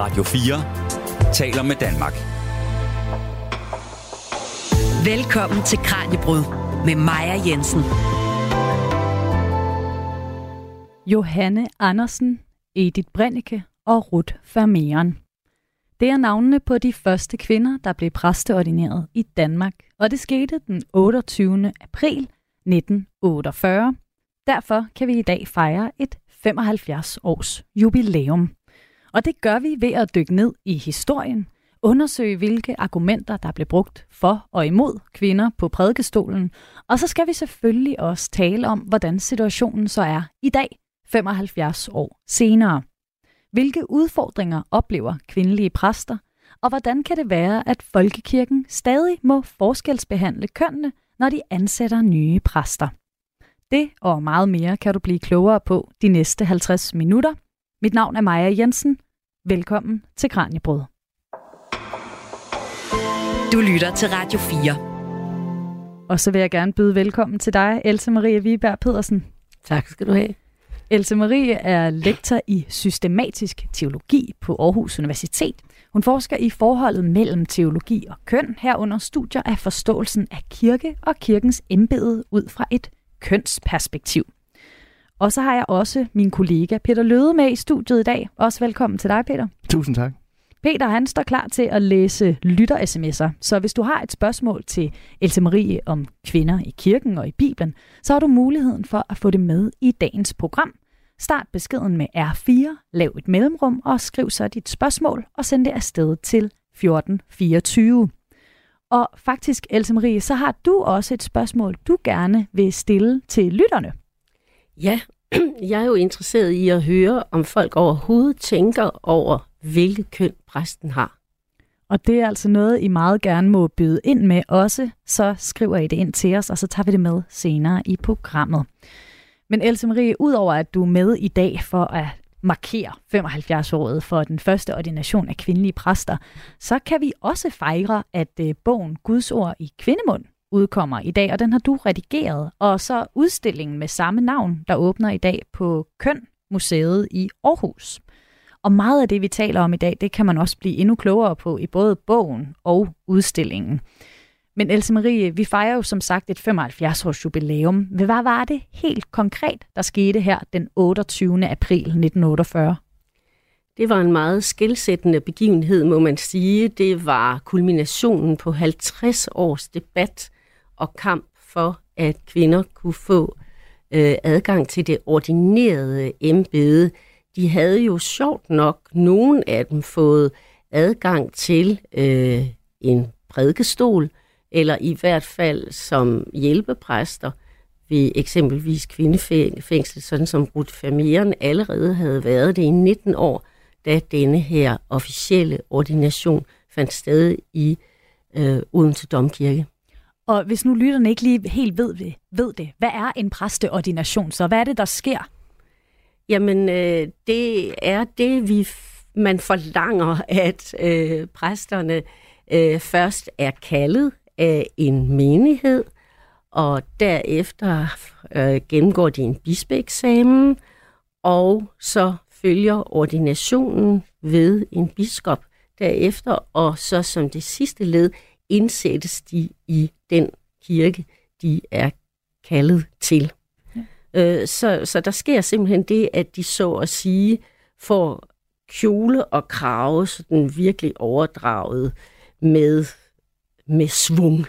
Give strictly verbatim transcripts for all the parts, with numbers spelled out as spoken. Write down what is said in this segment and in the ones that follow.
Radio fire taler med Danmark. Velkommen til Kraniebrud med Maja Jensen. Johanne Andersen, Edith Brennecke og Ruth Vermeeren. Det er navnene på de første kvinder, der blev præsteordineret i Danmark, og det skete den otteogtyvende april nitten otteogfyrre. Derfor kan vi i dag fejre et femoghalvfjerds års jubilæum. Og det gør vi ved at dykke ned i historien, undersøge hvilke argumenter, der blev brugt for og imod kvinder på prædikestolen, og så skal vi selvfølgelig også tale om, hvordan situationen så er i dag, femoghalvfjerds år senere. Hvilke udfordringer oplever kvindelige præster, og hvordan kan det være, at folkekirken stadig må forskelsbehandle kønnene, når de ansætter nye præster? Det og meget mere kan du blive klogere på de næste halvtreds minutter. Mit navn er Maja Jensen. Velkommen til Kraniebrud. Du lytter til Radio fire. Og så vil jeg gerne byde velkommen til dig, Else Marie Wiberg Pedersen. Tak skal du have. Else Marie er lektor i systematisk teologi på Aarhus Universitet. Hun forsker i forholdet mellem teologi og køn, herunder studier af forståelsen af kirke og kirkens embede ud fra et kønsperspektiv. Og så har jeg også min kollega Peter Løde med i studiet i dag. Også velkommen til dig, Peter. Tusind tak. Peter, han står klar til at læse lytter-sms'er. Så hvis du har et spørgsmål til Else Marie om kvinder i kirken og i Bibelen, så har du muligheden for at få det med i dagens program. Start beskeden med R fire, lav et mellemrum og skriv så dit spørgsmål og send det afsted til fjorten fireogtyve. Og faktisk, Else Marie, så har du også et spørgsmål, du gerne vil stille til lytterne. Ja, jeg er jo interesseret i at høre, om folk overhovedet tænker over, hvilket køn præsten har. Og det er altså noget, I meget gerne må byde ind med også. Så skriver I det ind til os, og så tager vi det med senere i programmet. Men Else Marie, udover at du er med i dag for at markere femoghalvfjerds-året for den første ordination af kvindelige præster, så kan vi også fejre, at bogen Guds ord i kvindemund udkommer i dag, og den har du redigeret. Og så udstillingen med samme navn, der åbner i dag på Køn Museet i Aarhus. Og meget af det, vi taler om i dag, det kan man også blive endnu klogere på i både bogen og udstillingen. Men Else Marie, vi fejrer jo som sagt et femoghalvfjerds års jubilæum. Hvad var det helt konkret, der skete her den otteogtyvende april nitten otteogfyrre? Det var en meget skelsættende begivenhed, må man sige. Det var kulminationen på halvtreds års debat og kamp for, at kvinder kunne få øh, adgang til det ordinerede embede. De havde jo sjovt nok, nogle af dem, fået adgang til øh, en prædikestol, eller i hvert fald som hjælpepræster ved eksempelvis kvindefængsel, sådan som Ruth Vermeeren allerede havde været det i nitten år, da denne her officielle ordination fandt sted i øh, Odense Domkirke. Og hvis nu lytterne ikke lige helt ved det, ved det, hvad er en præsteordination så? Hvad er det, der sker? Jamen, øh, det er det, vi man forlanger, at øh, præsterne øh, først er kaldet af en menighed, og derefter øh, gennemgår de en bispeeksamen, og så følger ordinationen ved en biskop derefter, og så som det sidste led indsættes de i den kirke, de er kaldet til. Ja. Så, så der sker simpelthen det, at de så at sige får kjole og krave, så den virkelig overdraget med, med svung.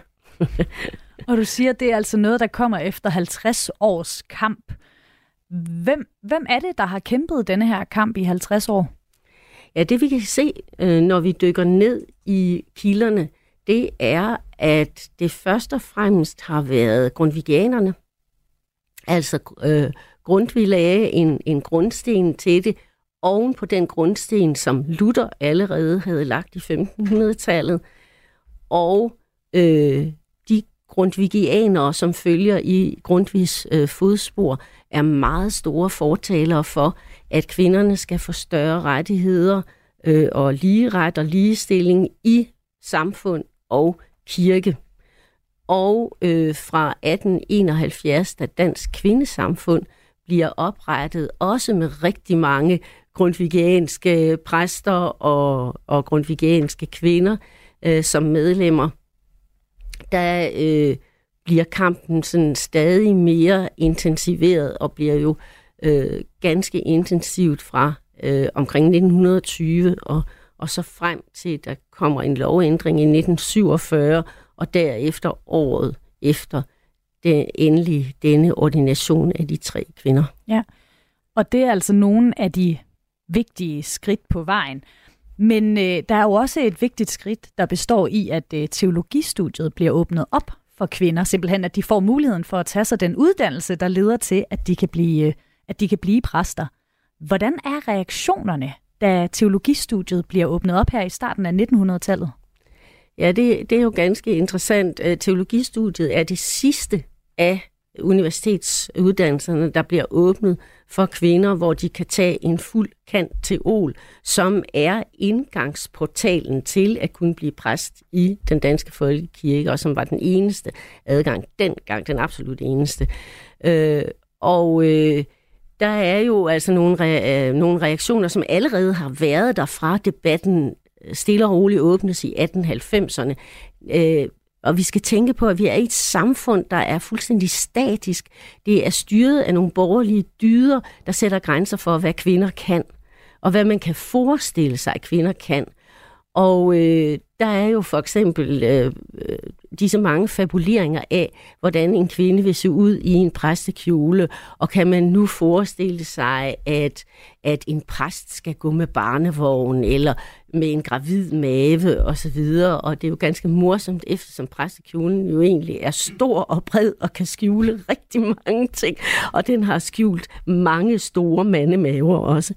Og du siger, at det er altså noget, der kommer efter halvtreds års kamp. Hvem, hvem er det, der har kæmpet denne her kamp i halvtreds år? Ja, det vi kan se, når vi dykker ned i kilderne, det er, at det først og fremmest har været grundvigianerne. Altså øh, Grundtvig lagde en, en grundsten til det, oven på den grundsten, som Luther allerede havde lagt i femtenhundredetallet. Og øh, de grundvigianere, som følger i Grundtvigs øh, fodspor, er meget store fortalere for, at kvinderne skal få større rettigheder øh, og lige ret og ligestilling i samfund og kirke. Og øh, fra atten enoghalvfjerds, da Dansk Kvindesamfund bliver oprettet, også med rigtig mange grundtvigianske præster og, og grundtvigianske kvinder øh, som medlemmer, der øh, bliver kampen sådan stadig mere intensiveret og bliver jo øh, ganske intensivt fra øh, omkring nitten tyve og, og så frem til, der kommer en lovændring i nitten syvogfyrre, og derefter året efter den endelige denne ordination af de tre kvinder. Ja, og det er altså nogle af de vigtige skridt på vejen. Men øh, der er jo også et vigtigt skridt, der består i, at øh, teologistudiet bliver åbnet op for kvinder. Simpelthen, at de får muligheden for at tage sig den uddannelse, der leder til, at de kan blive, øh, at de kan blive præster. Hvordan er reaktionerne, da teologistudiet bliver åbnet op her i starten af nitten hundrede-tallet? Ja, det, det er jo ganske interessant. Teologistudiet er det sidste af universitetsuddannelserne, der bliver åbnet for kvinder, hvor de kan tage en fuld kant teol, som er indgangsportalen til at kunne blive præst i den danske folkekirke, og som var den eneste adgang, dengang den absolut eneste. Øh, og øh, der er jo altså nogle, re- nogle reaktioner, som allerede har været der fra debatten stille og roligt åbnes i atten halvfemserne. Øh, og vi skal tænke på, at vi er i et samfund, der er fuldstændig statisk. Det er styret af nogle borgerlige dyder, der sætter grænser for, hvad kvinder kan, og hvad man kan forestille sig, at kvinder kan. Og øh, der er jo for eksempel øh, disse mange fabuleringer af, hvordan en kvinde vil se ud i en præstekjole, og kan man nu forestille sig, at, at en præst skal gå med barnevogn, eller med en gravid mave osv., og det er jo ganske morsomt, eftersom præstekjolen jo egentlig er stor og bred, og kan skjule rigtig mange ting, og den har skjult mange store mandemaver også.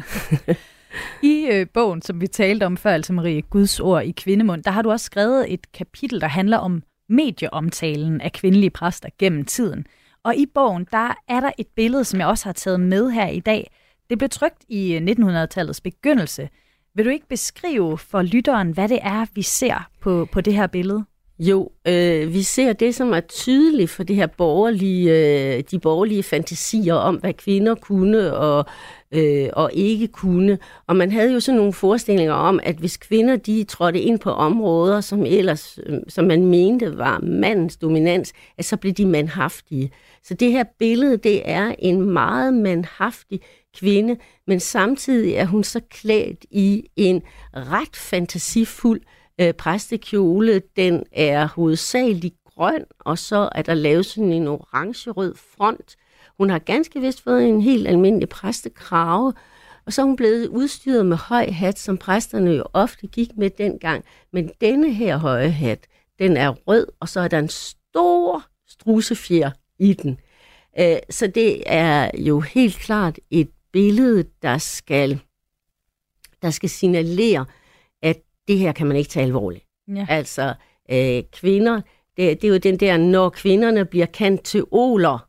I øh, bogen, som vi talte om før, altså Marie, Guds ord i kvindemund, der har du også skrevet et kapitel, der handler om medieomtalen af kvindelige præster gennem tiden. Og i bogen, der er der et billede, som jeg også har taget med her i dag. Det blev trykt i nitten hundrede-tallets begyndelse. Vil du ikke beskrive for lytteren, hvad det er, vi ser på, på det her billede? Jo, øh, vi ser det, som er tydeligt for det her borgerlige, øh, de borgerlige fantasier om, hvad kvinder kunne og, øh, og ikke kunne. Og man havde jo sådan nogle forestillinger om, at hvis kvinder de trådte ind på områder, som ellers, øh, som man mente var mandens dominans, at så blev de mandhaftige. Så det her billede, det er en meget mandhaftig kvinde, men samtidig er hun så klædt i en ret fantasifuld øh, præstekjole. Den er hovedsageligt grøn, og så er der lavet sådan en orange-rød front. Hun har ganske vist fået en helt almindelig præstekrave, og så er hun blevet udstyret med høj hat, som præsterne jo ofte gik med dengang. Men denne her høje hat, den er rød, og så er der en stor strusefjer i den. Øh, så det er jo helt klart et billede, der skal, der skal signalere, at det her kan man ikke tage alvorligt. Ja. Altså, øh, kvinder, det, det er jo den der, når kvinderne bliver kendt til oler,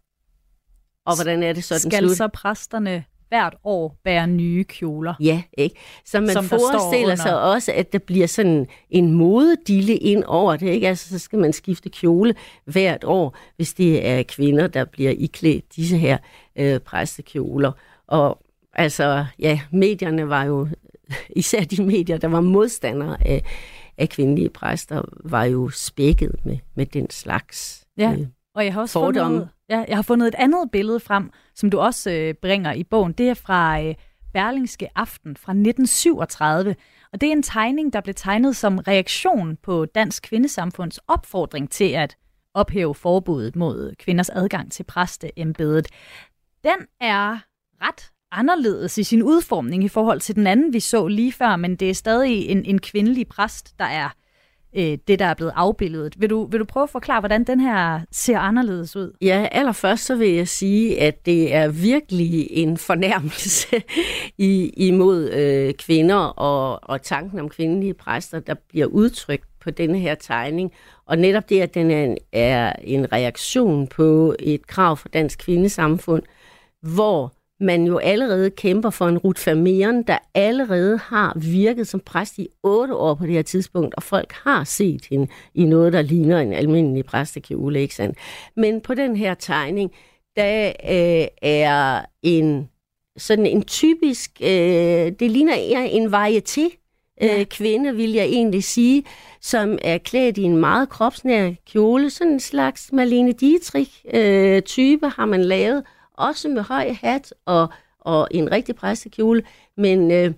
og hvordan er det så den Skal slut? så præsterne hvert år bære nye kjoler? Ja, ikke? Så man Som forestiller sig også, at der bliver sådan en modedille ind over det, ikke? Altså, så skal man skifte kjole hvert år, hvis det er kvinder, der bliver iklædt disse her øh, præstekjoler. Og altså, ja, medierne var jo, især de medier, der var modstandere af, af kvindelige præster, var jo spækket med, med den slags ja. øh, Og jeg har også fordomme. fundet, ja, jeg har fundet et andet billede frem, som du også øh, bringer i bogen. Det er fra øh, Berlingske Aften fra nitten syvogtredive. Og det er en tegning, der blev tegnet som reaktion på Dansk Kvindesamfunds opfordring til at ophæve forbuddet mod kvinders adgang til præsteembedet. Den er ret anderledes i sin udformning i forhold til den anden, vi så lige før, men det er stadig en, en kvindelig præst, der er øh, det, der er blevet afbildet. Vil du, vil du prøve at forklare, hvordan den her ser anderledes ud? Ja, allerførst så vil jeg sige, at det er virkelig en fornærmelse i, imod øh, kvinder og, og tanken om kvindelige præster, der bliver udtrykt på denne her tegning. Og netop det, at den er en, er en reaktion på et krav fra Dansk Kvindesamfund, hvor man jo allerede kæmper for en Ruth Vermehren, der allerede har virket som præst i otte år på det her tidspunkt, og folk har set hende i noget, der ligner en almindelig præstekjole, ikke sandt? Men på den her tegning, der øh, er en sådan en typisk, øh, det ligner en varieté øh, kvinde, vil jeg egentlig sige, som er klædt i en meget kropsnær kjole, sådan en slags Marlene Dietrich-type øh, har man lavet, også med høj hat og, og en rigtig præstekjole, men... Øh,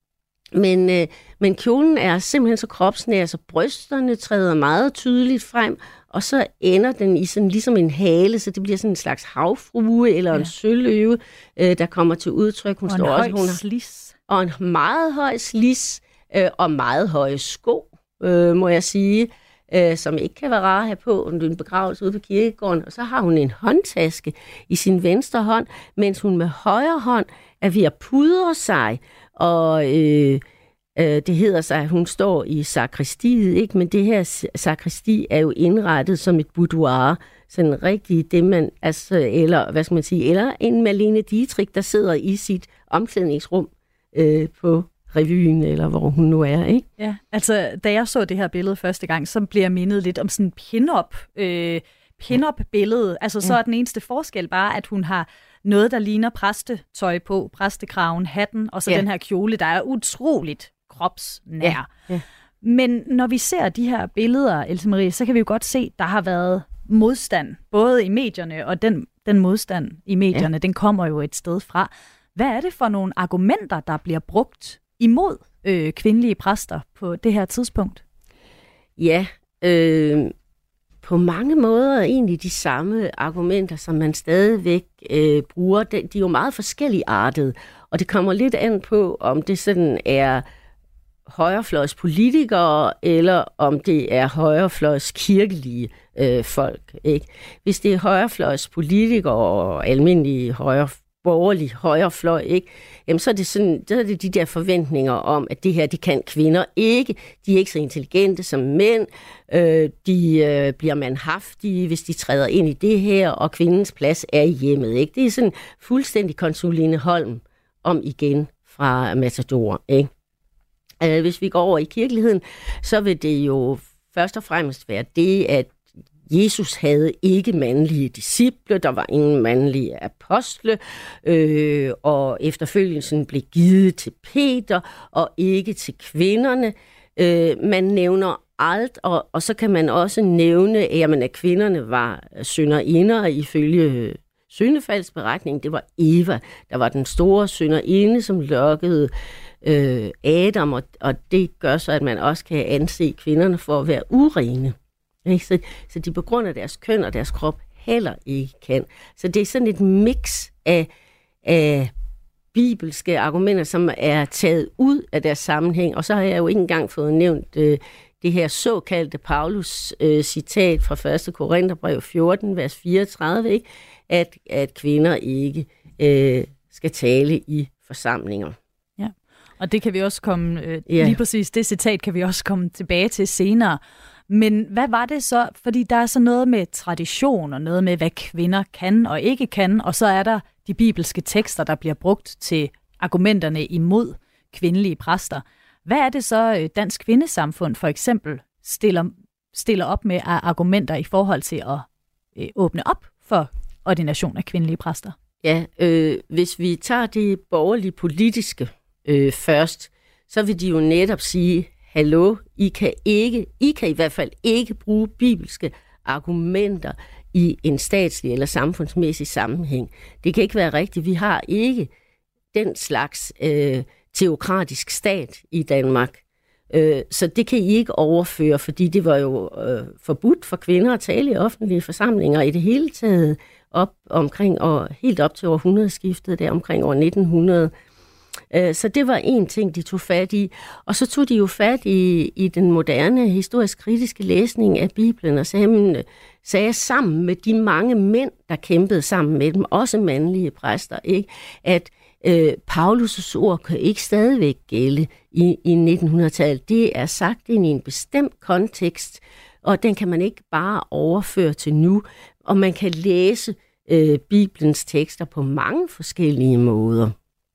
Men, øh, men kjolen er simpelthen så kropsnær, så brysterne træder meget tydeligt frem, og så ender den i sådan ligesom en hale, så det bliver sådan en slags havfrue eller ja. en søløve, øh, der kommer til udtryk. Hun og står en også, høj hun slis. Og en meget høj slis, øh, og meget høje sko, øh, må jeg sige, øh, som ikke kan være rare at have på, når en begravelse ude på kirkegården. Og så har hun en håndtaske i sin venstre hånd, mens hun med højre hånd er ved at pudre sig, og øh, øh, det hedder sig, at hun står i sakristiet, ikke? Men det her sakristi er jo indrettet som et boudoir, sådan rigtig det man, altså, eller hvad skal man sige, eller en Marlene Dietrich, der sidder i sit omklædningsrum øh, på revyen, eller hvor hun nu er, ikke? Ja, altså da jeg så det her billede første gang, så blev jeg mindet lidt om sådan en pin-up, øh, pin-up-billede. Altså så er den eneste forskel bare, at hun har noget, der ligner præstetøj på, præstekraven, hatten, og så ja. den her kjole, der er utroligt kropsnær. Ja. Ja. Men når vi ser de her billeder, Else Marie, så kan vi jo godt se, der har været modstand, både i medierne, og den, den modstand i medierne, ja. den kommer jo et sted fra. Hvad er det for nogle argumenter, der bliver brugt imod øh, kvindelige præster på det her tidspunkt? Ja, øh... på mange måder egentlig de samme argumenter, som man stadigvæk øh, bruger. De, de er jo meget forskellige artede, og det kommer lidt an på, om det sådan er højrefløjs politikere, eller om det er højrefløjs kirkelige øh, folk. Ikke? Hvis det er højrefløjs politikere og almindelige højre borgerlig højrefløj, ikke? Jamen, så er det sådan, så er det de der forventninger om, at det her, det kan kvinder ikke. De er ikke så intelligente som mænd. Øh, de øh, bliver mandhaftige, hvis de træder ind i det her, og kvindens plads er i hjemmet, ikke? Det er sådan fuldstændig Consuline Holm om igen fra Matador, ikke? Øh, hvis vi går over i kirkeligheden, så vil det jo først og fremmest være det, at Jesus havde ikke mandlige disciple, der var ingen mandlige apostle, øh, og efterfølgelsen blev givet til Peter, og ikke til kvinderne. Øh, man nævner alt, og, og så kan man også nævne, jamen, at kvinderne var synderinder ifølge syndefaldsberetningen. Det var Eva, der var den store synderinde, som lokkede øh, Adam, og, og det gør så, at man også kan anse kvinderne for at være urene. Så, så de på grund af deres køn og deres krop heller ikke kan. Så det er sådan et mix af, af bibelske argumenter, som er taget ud af deres sammenhæng. Og så har jeg jo ikke engang fået nævnt øh, det her såkaldte Paulus-citat øh, fra første Korintherbrev fjorten, vers fireogtredive, ikke? At, at kvinder ikke øh, skal tale i forsamlinger. Ja, og det kan vi også komme, øh, ja. lige præcis det citat kan vi også komme tilbage til senere. Men hvad var det så? Fordi der er så noget med tradition og noget med, hvad kvinder kan og ikke kan, og så er der de bibelske tekster, der bliver brugt til argumenterne imod kvindelige præster. Hvad er det så, Dansk Kvindesamfund for eksempel stiller, stiller op med af argumenter i forhold til at øh, åbne op for ordination af kvindelige præster? Ja, øh, hvis vi tager det borgerlige politiske øh, først, så vil de jo netop sige, hallo, I kan ikke, I kan i hvert fald ikke bruge bibelske argumenter i en statslig eller samfundsmæssig sammenhæng. Det kan ikke være rigtigt. Vi har ikke den slags øh, teokratisk stat i Danmark. Øh, så det kan I ikke overføre, fordi det var jo øh, forbudt for kvinder at tale i offentlige forsamlinger i det hele taget op omkring og helt op til århundredeskiftet, der omkring år nitten hundrede. Så det var en ting, de tog fat i. Og så tog de jo fat i, i den moderne historisk-kritiske læsning af Bibelen, og sagde, sagde sammen med de mange mænd, der kæmpede sammen med dem, også mandlige præster, ikke? At øh, Paulus' ord kan ikke stadigvæk gælde i, i nitten hundrede-tallet. Det er sagt ind i en bestemt kontekst, og den kan man ikke bare overføre til nu. Og man kan læse øh, Bibelens tekster på mange forskellige måder.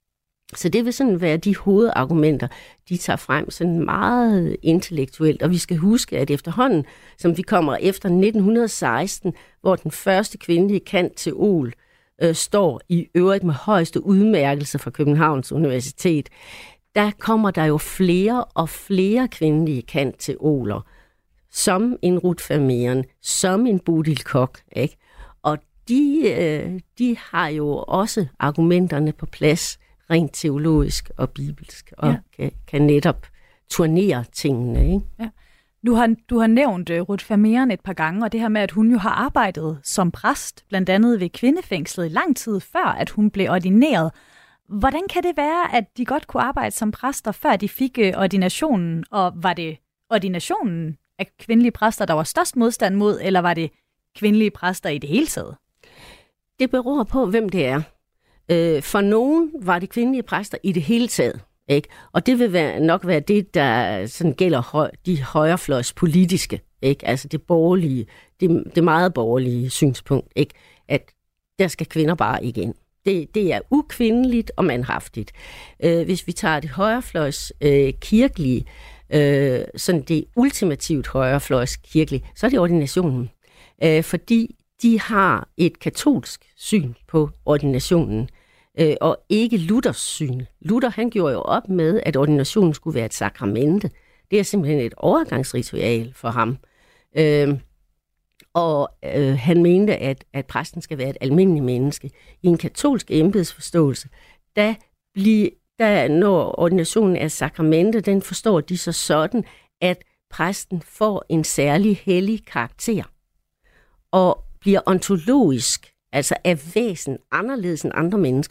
Så det vil sådan være de hovedargumenter, de tager frem sådan meget intellektuelt. Og vi skal huske, at efterhånden, som vi kommer efter nitten seksten, hvor den første kvindelige kant til O L øh, står i øvrigt med højeste udmærkelse fra Københavns Universitet, der kommer der jo flere og flere kvindelige cand.theologer, som en Ruth Vermehren, som en Bodil Koch, ikke? Og de, øh, de har jo også argumenterne på plads, rent teologisk og bibelsk, og ja. kan, kan netop turnere tingene, ikke? Ja. Du har, du har nævnt uh, Ruth Vermehren et par gange, og det her med, at hun jo har arbejdet som præst, blandt andet ved kvindefængslet i lang tid før, at hun blev ordineret. Hvordan kan det være, at de godt kunne arbejde som præster, før de fik uh, ordinationen? Og var det ordinationen af kvindelige præster, der var størst modstand mod, eller var det kvindelige præster i det hele taget? Det beror på, hvem det er. Øh, for nogen var det kvindelige præster i det hele taget. Ikke? Og det vil være, nok være det, der sådan gælder høj, de højrefløjs politiske, ikke? Altså det borgerlige, det, det meget borgerlige synspunkt, ikke? At der skal kvinder bare ikke ind. Det, det er ukvindeligt og mandhaftigt. Øh, hvis vi tager det højrefløjs øh, kirkelige, øh, sådan det ultimativt højrefløjs kirkelige, så er det ordinationen. Øh, fordi de har et katolsk syn på ordinationen, øh, og ikke Luthers syn. Luther, han gjorde jo op med, at ordinationen skulle være et sakramente. Det er simpelthen et overgangsritual for ham. Øh, og øh, han mente, at, at præsten skal være et almindeligt menneske. I en katolsk embedsforståelse, der, bliver, der når ordinationen er sakramente, den forstår de så sådan, at præsten får en særlig hellig karakter, og bliver ontologisk, altså af væsen, anderledes end andre mennesker.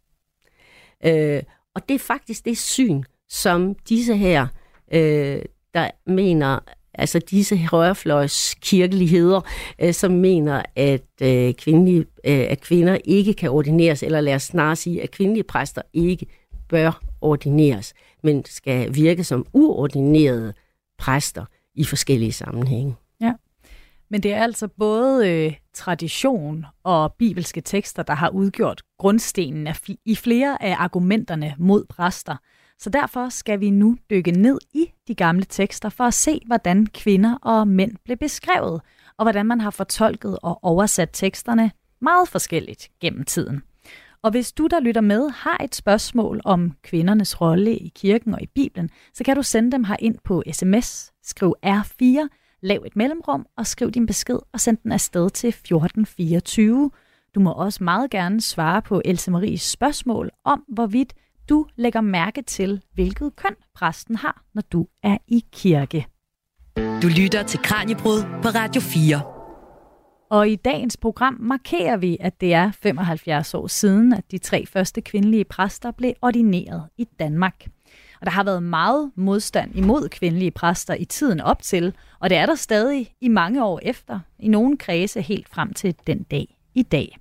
Øh, og det er faktisk det syn, som disse her, øh, der mener, altså disse højrefløjs kirkeligheder, øh, som mener, at, øh, kvindelige, øh, at kvinder ikke kan ordineres, eller lad os snarere sige, at kvindelige præster ikke bør ordineres, men skal virke som uordinerede præster i forskellige sammenhænge. Ja. Men det er altså både øh, tradition og bibelske tekster, der har udgjort grundstenen af fl- i flere af argumenterne mod præster. Så derfor skal vi nu dykke ned i de gamle tekster for at se, hvordan kvinder og mænd blev beskrevet, og hvordan man har fortolket og oversat teksterne meget forskelligt gennem tiden. Og hvis du, der lytter med, har et spørgsmål om kvindernes rolle i kirken og i Bibelen, så kan du sende dem her ind på sms, skriv R fire, lav et mellemrum og skriv din besked og send den afsted til fjorten fireogtyve. Du må også meget gerne svare på Else Maries spørgsmål om, hvorvidt du lægger mærke til, hvilket køn præsten har, når du er i kirke. Du lytter til Kraniebrud på Radio fire. Og i dagens program markerer vi, at det er femoghalvfjerds år siden, at de tre første kvindelige præster blev ordineret i Danmark. Og der har været meget modstand imod kvindelige præster i tiden op til, og det er der stadig i mange år efter, i nogle kredse helt frem til den dag i dag.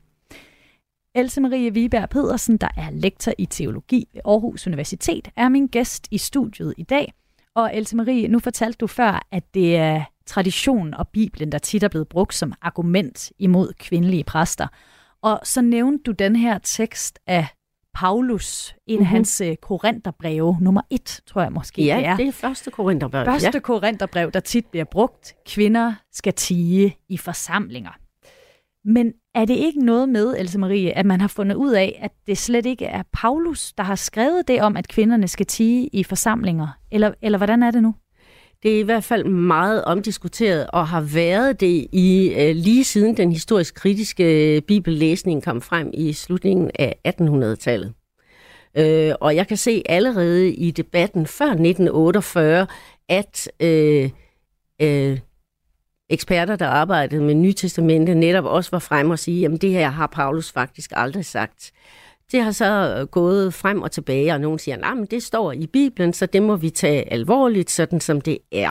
Else Marie Viberg Pedersen, der er lektor i teologi ved Aarhus Universitet, er min gæst i studiet i dag. Og Else Marie, nu fortalte du før, at det er traditionen og Bibelen, der tit er blevet brugt som argument imod kvindelige præster. Og så nævnte du den her tekst af Paulus, en af mm-hmm. hans uh, korinterbreve, nummer et, tror jeg måske ja, det er. det er første korinterbrev. Første ja. korinterbrev, der tit bliver brugt. Kvinder skal tie i forsamlinger. Men er det ikke noget med, Else Marie, at man har fundet ud af, at det slet ikke er Paulus, der har skrevet det om, at kvinderne skal tie i forsamlinger? Eller, eller hvordan er det nu? Det er i hvert fald meget omdiskuteret, og har været det i uh, lige siden den historisk kritiske bibellæsning kom frem i slutningen af attenhundredetallet. Uh, og jeg kan se allerede i debatten før nitten otteogfyrre, at uh, uh, eksperter, der arbejdede med Nye Testamente, netop også var frem og sige, at det her har Paulus faktisk aldrig sagt. Det har så gået frem og tilbage, og nogen siger, at det står i Bibelen, så det må vi tage alvorligt, sådan som det er.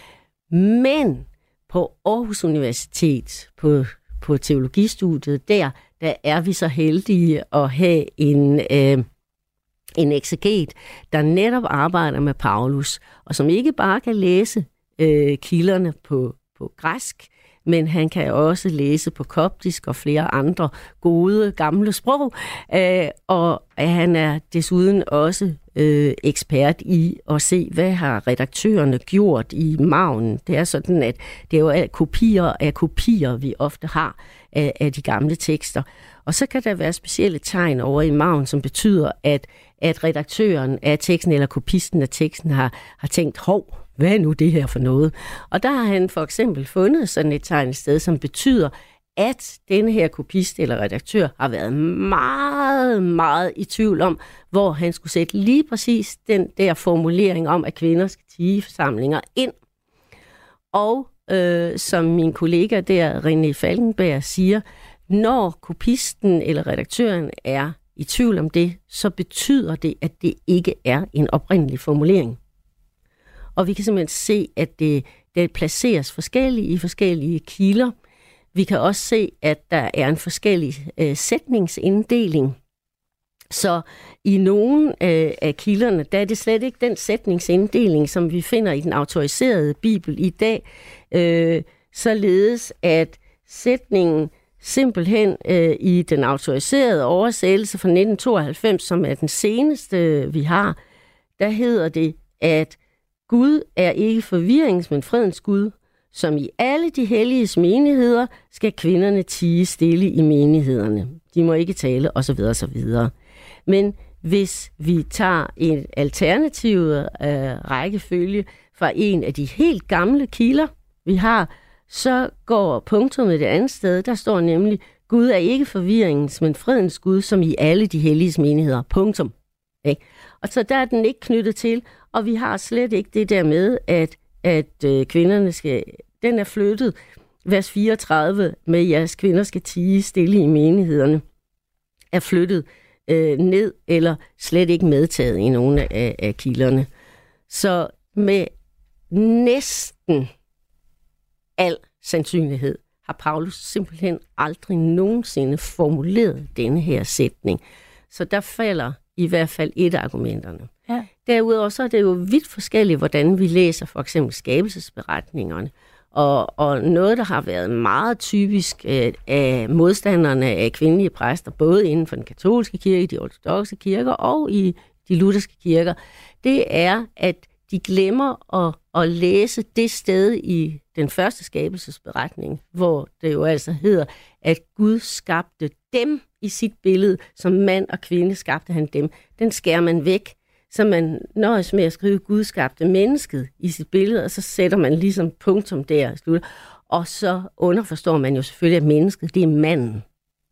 Men på Aarhus Universitet, på, på teologistudiet, der, der er vi så heldige at have en, øh, en ekseget, der netop arbejder med Paulus, og som ikke bare kan læse øh, kilderne på, på græsk, men han kan også læse på koptisk og flere andre gode gamle sprog, øh, og han er desuden også øh, ekspert i at se, hvad har redaktørerne gjort i margen. Det er sådan, at det er jo kopier af kopier, vi ofte har af, af de gamle tekster. Og så kan der være specielle tegn over i margen, som betyder, at, at redaktøren af teksten eller kopisten af teksten har, har tænkt, hov, hvad er nu det her for noget? Og der har han for eksempel fundet sådan et tegn et sted, som betyder, at denne her kopist eller redaktør har været meget, meget i tvivl om, hvor han skulle sætte lige præcis den der formulering om, at kvinder skal tie i forsamlinger ind. Og øh, som min kollega der, René Falkenberg, siger, når kopisten eller redaktøren er i tvivl om det, så betyder det, at det ikke er en oprindelig formulering. Og vi kan simpelthen se, at det, det placeres forskelligt i forskellige kilder. Vi kan også se, at der er en forskellig øh, sætningsinddeling. Så i nogle øh, af kilderne, der er det slet ikke den sætningsinddeling, som vi finder i den autoriserede bibel i dag, øh, således at sætningen simpelthen øh, i den autoriserede oversættelse fra nitten tooghalvfems, som er den seneste, vi har, der hedder det, at Gud er ikke forvirringens, men fredens Gud, som i alle de helliges menigheder skal kvinderne tie stille i menighederne. De må ikke tale, osv. osv. Men hvis vi tager en alternativ øh, rækkefølge fra en af de helt gamle kilder, vi har, så går punktummet det andet sted. Der står nemlig, Gud er ikke forvirringens, men fredens Gud, som i alle de helliges menigheder. Punktum. Ikke? Og så der er den ikke knyttet til, og vi har slet ikke det der med, at, at øh, kvinderne skal... Den er flyttet, vers fireogtredive, med jeres kvinder skal tie stille i menighederne, er flyttet øh, ned, eller slet ikke medtaget i nogle af, af kilderne. Så med næsten al sandsynlighed har Paulus simpelthen aldrig nogensinde formuleret denne her sætning. Så der falder i hvert fald et af argumenterne. Ja. Derudover så er det jo vidt forskelligt, hvordan vi læser for eksempel skabelsesberetningerne. Og, og noget, der har været meget typisk øh, af modstanderne af kvindelige præster, både inden for den katolske kirke, de ortodokse kirker og i de lutherske kirker, det er, at de glemmer at, at læse det sted i den første skabelsesberetning, hvor det jo altså hedder, at Gud skabte dem i sit billede, som mand og kvinde skabte han dem. Den skærer man væk, så man nøjes med at skrive, Gud skabte mennesket i sit billede, og så sætter man ligesom punktum der og slutter. Og så underforstår man jo selvfølgelig, at mennesket, det er manden.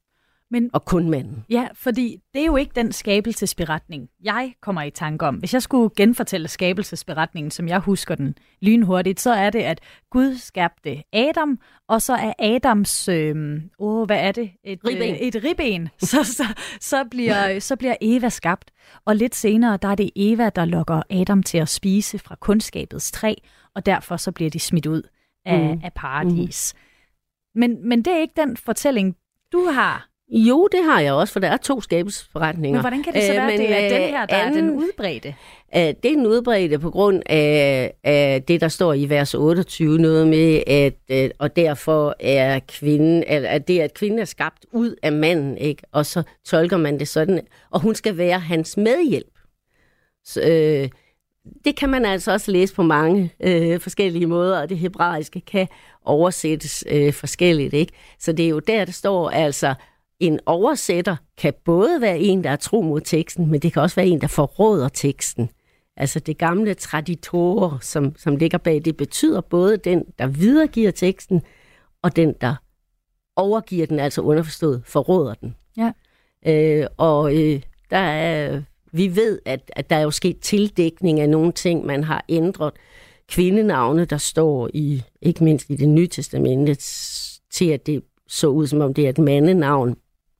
Men, og kun manden. Ja, fordi det er jo ikke den skabelsesberetning, jeg kommer i tanke om. Hvis jeg skulle genfortælle skabelsesberetningen, som jeg husker den lynhurtigt, så er det, at Gud skabte Adam, og så er Adams, øh, åh, hvad er det? Et ribben. Øh, et ribben. så, så, så, bliver, så bliver Eva skabt, og lidt senere, der er det Eva, der lokker Adam til at spise fra kundskabets træ, og derfor så bliver de smidt ud af, mm. af paradis. Mm. Men, men det er ikke den fortælling, du har. Jo, det har jeg også, for der er to skabelsesberetninger. Men hvordan kan det så være, at det er den her, der anden, er den udbredte? Det er den udbredte på grund af, af det, der står i vers otteogtyve, noget med, at og derfor er kvinden, at det, at kvinden er skabt ud af manden, ikke? Og så tolker man det sådan, og hun skal være hans medhjælp. Så, øh, det kan man altså også læse på mange øh, forskellige måder, og det hebraiske kan oversættes øh, forskelligt, ikke? Så det er jo der, der står altså, en oversætter kan både være en, der er tro mod teksten, men det kan også være en, der forråder teksten. Altså det gamle traditor, som, som ligger bag, det betyder både den, der videregiver teksten, og den, der overgiver den, altså underforstået, forråder den. Ja. Øh, og øh, der er, vi ved, at, at der er jo sket tildækning af nogle ting, man har ændret. Kvindenavne, der står i, ikke mindst i det nye testamente, til at det så ud, som om det er et mandenavn.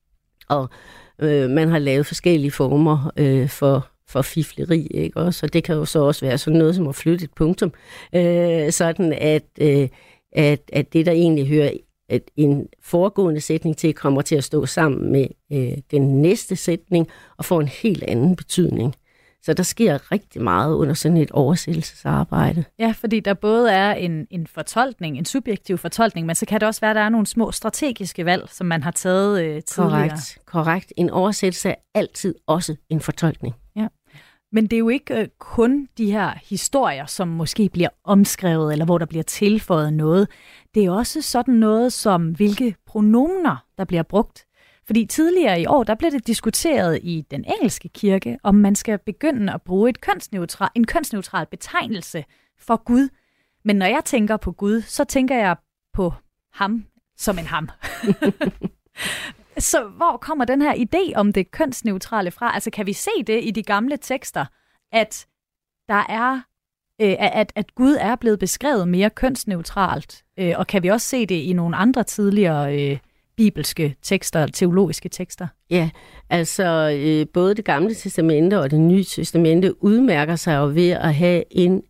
Og øh, man har lavet forskellige former øh, for, for fifleri, ikke også? Og det kan jo så også være sådan noget som at flytte et punktum, øh, sådan at, øh, at, at det, der egentlig hører at en foregående sætning til, kommer til at stå sammen med øh, den næste sætning og får en helt anden betydning. Så der sker rigtig meget under sådan et oversættelsesarbejde. Ja, fordi der både er en, en fortolkning, en subjektiv fortolkning, men så kan det også være, at der er nogle små strategiske valg, som man har taget øh, tidligere. Korrekt, korrekt. En oversættelse er altid også en fortolkning. Ja. Men det er jo ikke øh, kun de her historier, som måske bliver omskrevet, eller hvor der bliver tilføjet noget. Det er også sådan noget som, hvilke pronomener, der bliver brugt. Fordi tidligere i år, der blev det diskuteret i den engelske kirke, om man skal begynde at bruge et kønsneutral, en kønsneutral betegnelse for Gud. Men når jeg tænker på Gud, så tænker jeg på ham som en ham. Så hvor kommer den her idé om det kønsneutrale fra? Altså kan vi se det i de gamle tekster, at der er, øh, at, at Gud er blevet beskrevet mere kønsneutralt? Øh, og kan vi også se det i nogle andre tidligere øh, bibelske tekster, teologiske tekster? Ja, altså øh, både det gamle testamente og det nye testamente udmærker sig jo ved at have en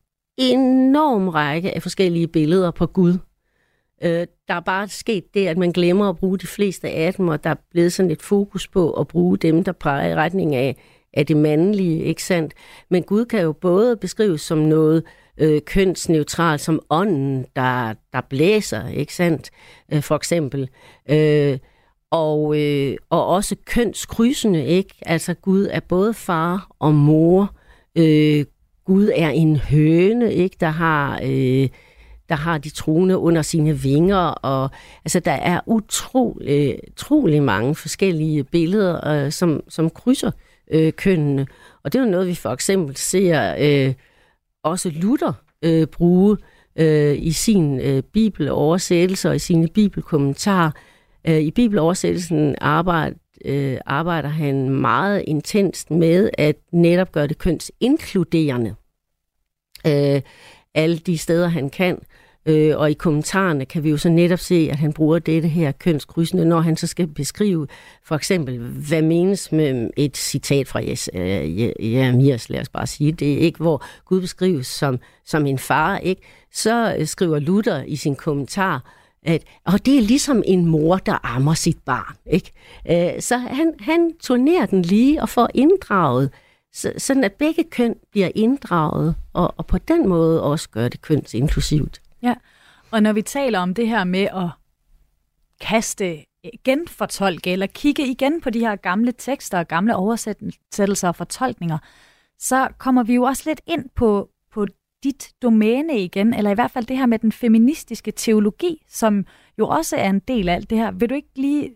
enorm række af forskellige billeder på Gud. Øh, der er bare sket det, at man glemmer at bruge de fleste af dem, og der er blevet sådan et fokus på at bruge dem, der peger i retning af, af det mandlige, ikke sandt? Men Gud kan jo både beskrives som noget øh, kønsneutralt, som ånden, der, der blæser, ikke sandt? Øh, for eksempel. Øh, og, øh, og også kønskrydsende, ikke? Altså Gud er både far og mor. Øh, Gud er en høne, ikke? Der har... Øh, der har de troende under sine vinger, og altså der er utrolig, utrolig mange forskellige billeder, øh, som, som krydser øh, kønnene. Og det er jo noget, vi for eksempel ser øh, også Luther øh, bruge øh, i sin øh, bibeloversættelse og i sine bibelkommentarer. Øh, I bibeloversættelsen arbejder, øh, arbejder han meget intenst med at netop gøre det kønsinkluderende. Øh, alle de steder, han kan. Øh, og i kommentarerne kan vi jo så netop se, at han bruger dette her kønskrydsende, når han så skal beskrive for eksempel, hvad menes med et citat fra Jeremias, lad os bare sige det, ikke, hvor Gud beskrives som, som en far, ikke? Så skriver Luther i sin kommentar, at og det er ligesom en mor, der ammer sit barn, ikke? Øh, så han, han turnerer den lige og får inddraget, så, sådan at begge køn bliver inddraget, og, og på den måde også gør det kønsinklusivt. Ja, og når vi taler om det her med at kaste, genfortolke eller kigge igen på de her gamle tekster og gamle oversættelser og fortolkninger, så kommer vi jo også lidt ind på, på dit domæne igen, eller i hvert fald det her med den feministiske teologi, som jo også er en del af alt det her. Vil du ikke lige,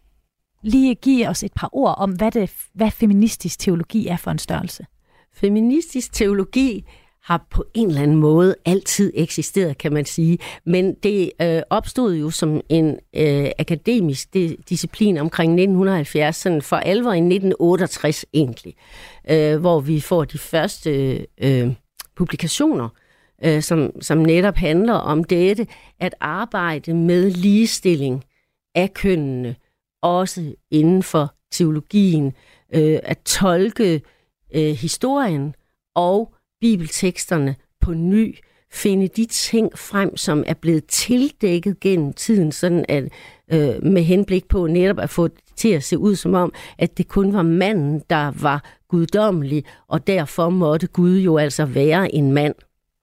lige give os et par ord om, hvad, det, hvad feministisk teologi er for en størrelse? Feministisk teologi har på en eller anden måde altid eksisteret, kan man sige. Men det øh, opstod jo som en øh, akademisk di- disciplin omkring nitten halvfjerds, sådan for alvor i nitten otteogtres egentlig, øh, hvor vi får de første øh, publikationer, øh, som, som netop handler om dette, at arbejde med ligestilling af kønnene, også inden for teologien, øh, at tolke øh, historien og bibelteksterne på ny, finde de ting frem, som er blevet tildækket gennem tiden, sådan at øh, med henblik på netop at få det til at se ud som om, at det kun var manden, der var guddommelig, og derfor måtte Gud jo altså være en mand.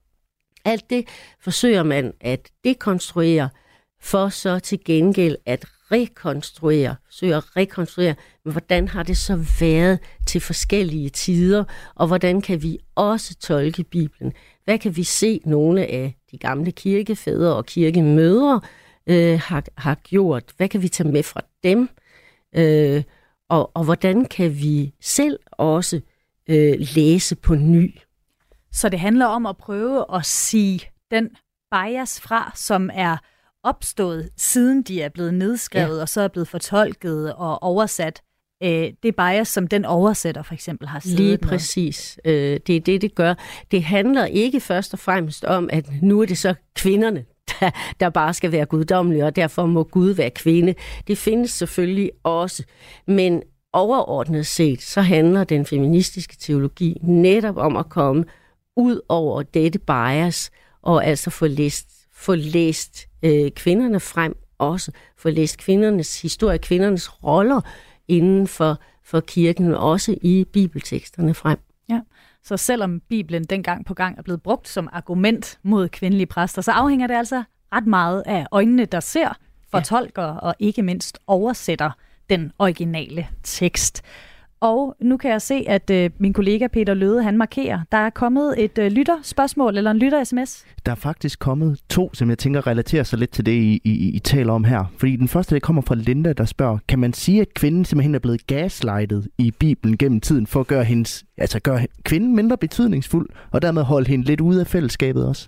Alt det forsøger man at dekonstruere, for så til gengæld at rekonstruere, forsøge at rekonstruere, men hvordan har det så været til forskellige tider, og hvordan kan vi også tolke Bibelen? Hvad kan vi se nogle af de gamle kirkefædre og kirkemødre øh, har, har gjort? Hvad kan vi tage med fra dem? Øh, og, og hvordan kan vi selv også øh, læse på ny? Så det handler om at prøve at sige den bias fra, som er opstået, siden de er blevet nedskrevet, ja. Og så er blevet fortolket og oversat. Øh, det bias, som den oversætter for eksempel har siddet Lige præcis. Øh, det er det, det gør. Det handler ikke først og fremmest om, at nu er det så kvinderne, der, der bare skal være guddommelige, og derfor må Gud være kvinde. Det findes selvfølgelig også. Men overordnet set, så handler den feministiske teologi netop om at komme ud over dette bias, og altså få læst, få læst øh, kvinderne frem også, få læst kvindernes historie, kvindernes roller inden for, for kirken, også i bibelteksterne frem. Ja, Så selvom Bibelen dengang på gang er blevet brugt som argument mod kvindelige præster, så afhænger det altså ret meget af øjnene, der ser, fortolker ja. og ikke mindst oversætter den originale tekst. Og nu kan jeg se, at øh, min kollega Peter Løde, han markerer, der er kommet et øh, lytterspørgsmål eller en lytter-sms. Der er faktisk kommet to, som jeg tænker relaterer sig lidt til det, I, I, I taler om her. Fordi den første, det kommer fra Linda, der spørger, kan man sige, at kvinden simpelthen er blevet gaslightet i Bibelen gennem tiden, for at gøre, hendes, altså gøre kvinden mindre betydningsfuld, og dermed holde hende lidt ude af fællesskabet også?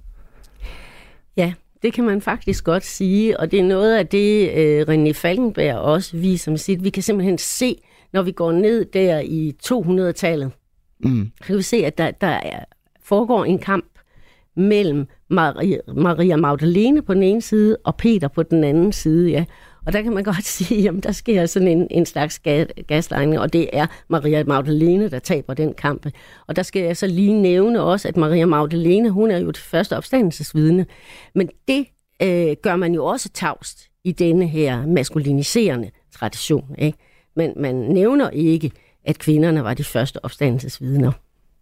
Ja, det kan man faktisk godt sige, og det er noget af det, øh, René Falkenberg også viser med sit. Vi kan simpelthen se, når vi går ned der i to hundrede-tallet, mm. så kan vi se, at der, der er, foregår en kamp mellem Maria, Maria Magdalene på den ene side og Peter på den anden side. Ja. Og der kan man godt sige, at der sker sådan en, en slags gaslightning, og det er Maria Magdalene, der taber den kamp. Og der skal jeg så lige nævne også, at Maria Magdalene, hun er jo det første opstandelsesvidne. Men det øh, gør man jo også tavst i denne her maskuliniserende tradition, ikke? Men man nævner ikke, at kvinderne var de første opstandelsesvidner.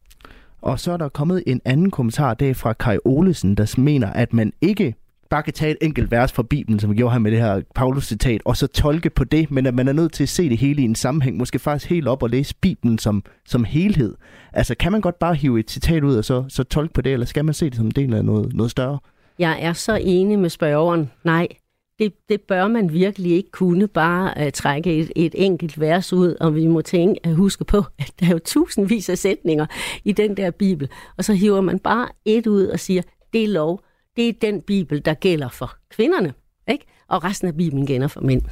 Og så er der kommet en anden kommentar der fra Kai Olesen, der mener, at man ikke bare kan tage et enkelt vers fra Bibelen, som vi gjorde her med det her Paulus-citat, og så tolke på det, men at man er nødt til at se det hele i en sammenhæng, måske faktisk helt op og læse Bibelen som, som helhed. Altså, kan man godt bare hive et citat ud og så, så tolke på det, eller skal man se det som en del af noget, noget større? Jeg er så enig med spørgeren. Nej. Det, det bør man virkelig ikke kunne, bare uh, trække et, et enkelt vers ud, og vi må tænke, uh, huske på, at der er jo tusindvis af sætninger i den der bibel, og så hiver man bare et ud og siger, det er lov, det er den bibel, der gælder for kvinderne, ikke? Og resten af bibelen gælder for mænd.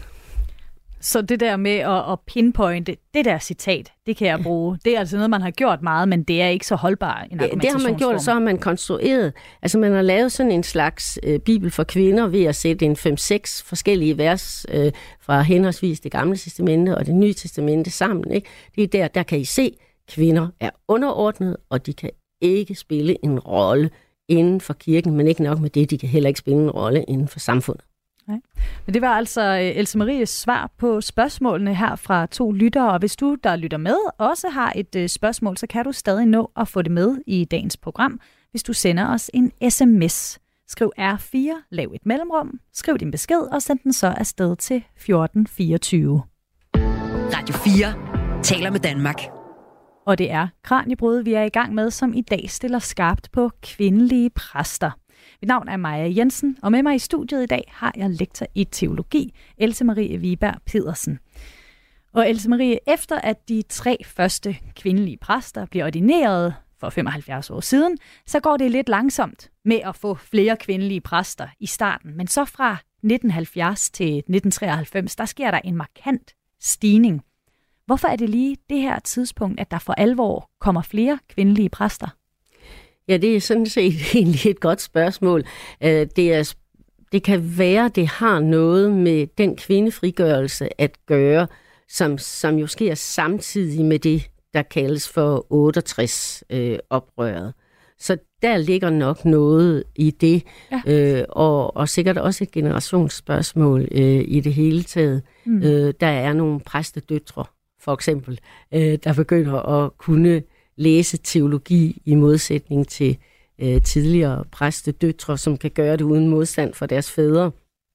Så det der med at, at pinpointe, det der citat, det kan jeg bruge. Det er altså noget, man har gjort meget, men det er ikke så holdbar en argumentationsform. Det har man gjort, og så har man konstrueret. Altså man har lavet sådan en slags øh, bibel for kvinder ved at sætte en fem seks forskellige vers øh, fra henholdsvis det gamle testamente og det nye testamente sammen. Ikke? Det er der, der kan I se, kvinder er underordnet, og de kan ikke spille en rolle inden for kirken, men ikke nok med det, de kan heller ikke spille en rolle inden for samfundet. Nej. Men det var altså Else Maries svar på spørgsmålene her fra to lyttere, og hvis du, der lytter med, også har et uh, spørgsmål, så kan du stadig nå at få det med i dagens program, hvis du sender os en sms. Skriv R fire, lav et mellemrum, skriv din besked og send den så afsted til fjorten fireogtyve. Radio fire taler med Danmark. Og det er Kraniebrud, vi er i gang med, som i dag stiller skarpt på kvindelige præster. Mit navn er Maja Jensen, og med mig i studiet i dag har jeg lektor i teologi, Else Marie Wiberg Pedersen. Og Else Marie, efter at de tre første kvindelige præster bliver ordineret for femoghalvfjerds år siden, så går det lidt langsomt med at få flere kvindelige præster i starten. Men så fra nitten halvfjerds til nitten treoghalvfems, der sker der en markant stigning. Hvorfor er det lige det her tidspunkt, at der for alvor kommer flere kvindelige præster? Ja, det er sådan set egentlig et godt spørgsmål. Det, er, det kan være, at det har noget med den kvindefrigørelse at gøre, som, som jo sker samtidig med det, der kaldes for otteogtres-oprøret. Øh, Så der ligger nok noget i det, ja. øh, og, og sikkert også et generationsspørgsmål øh, i det hele taget. Mm. Øh, der er nogle præstedøtre, for eksempel, øh, der begynder at kunne læse teologi i modsætning til øh, tidligere præstedøtre, som kan gøre det uden modstand fra deres fædre.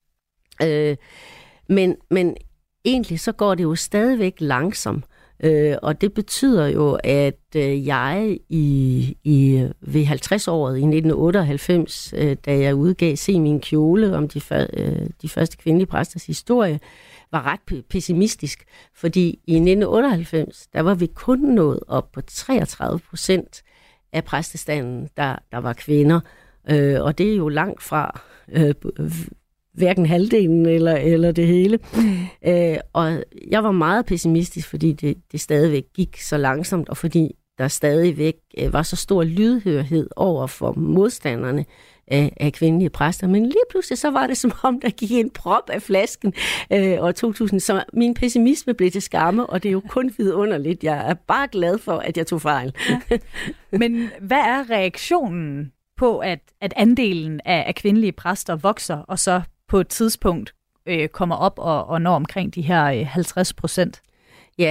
Øh, men, men egentlig så går det jo stadigvæk langsomt, øh, og det betyder jo, at øh, jeg i, i ved halvtreds-året i nitten otteoghalvfems, øh, da jeg udgav Se min kjole om de, før, øh, de første kvindelige præsters historie, var ret pessimistisk, fordi i nitten otteoghalvfems, der var vi kun nået op på treogtredive procent af præstestanden, der, der var kvinder, øh, og det er jo langt fra øh, hverken halvdelen eller, eller det hele. Mm. Øh, og jeg var meget pessimistisk, fordi det, det stadigvæk gik så langsomt, og fordi der stadigvæk øh, var så stor lydhørhed over for modstanderne af, af kvindelige præster. Men lige pludselig så var det som om, der gik en prop af flasken øh, år to tusind. Så min pessimisme blev til skamme, og det er jo kun vidunderligt. Jeg er bare glad for, at jeg tog fejl. Ja. Men hvad er reaktionen på, at, at andelen af, af kvindelige præster vokser, og så på et tidspunkt øh, kommer op og, og når omkring de her øh, halvtreds procent? Ja,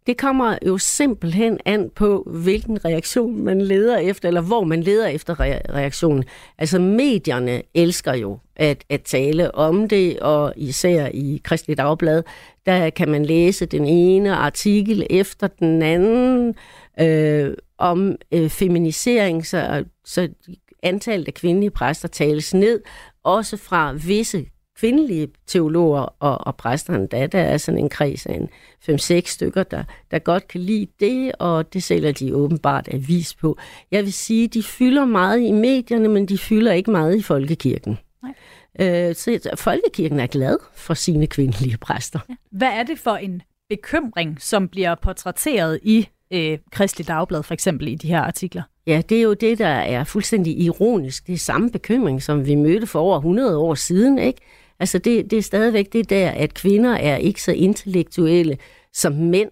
Det kommer jo simpelthen an på, hvilken reaktion man leder efter, eller hvor man leder efter re- reaktionen. Altså medierne elsker jo at, at tale om det, og især i Kristeligt Dagblad, der kan man læse den ene artikel efter den anden øh, om øh, feminisering, så, så antallet af kvindelige præster tales ned, også fra visse kvindelige teologer og, og præsterne, der, der er sådan en kreds af en fem seks stykker, der, der godt kan lide det, og det sælger de åbenbart avis på. Jeg vil sige, de fylder meget i medierne, men de fylder ikke meget i folkekirken. Nej. Øh, så folkekirken er glad for sine kvindelige præster. Ja. Hvad er det for en bekymring, som bliver portrætteret i øh, Kristeligt Dagblad, for eksempel i de her artikler? Ja, det er jo det, der er fuldstændig ironisk. Det er samme bekymring, som vi mødte for over hundrede år siden, ikke? Altså det, det er stadigvæk det der, at kvinder er ikke så intellektuelle som mænd,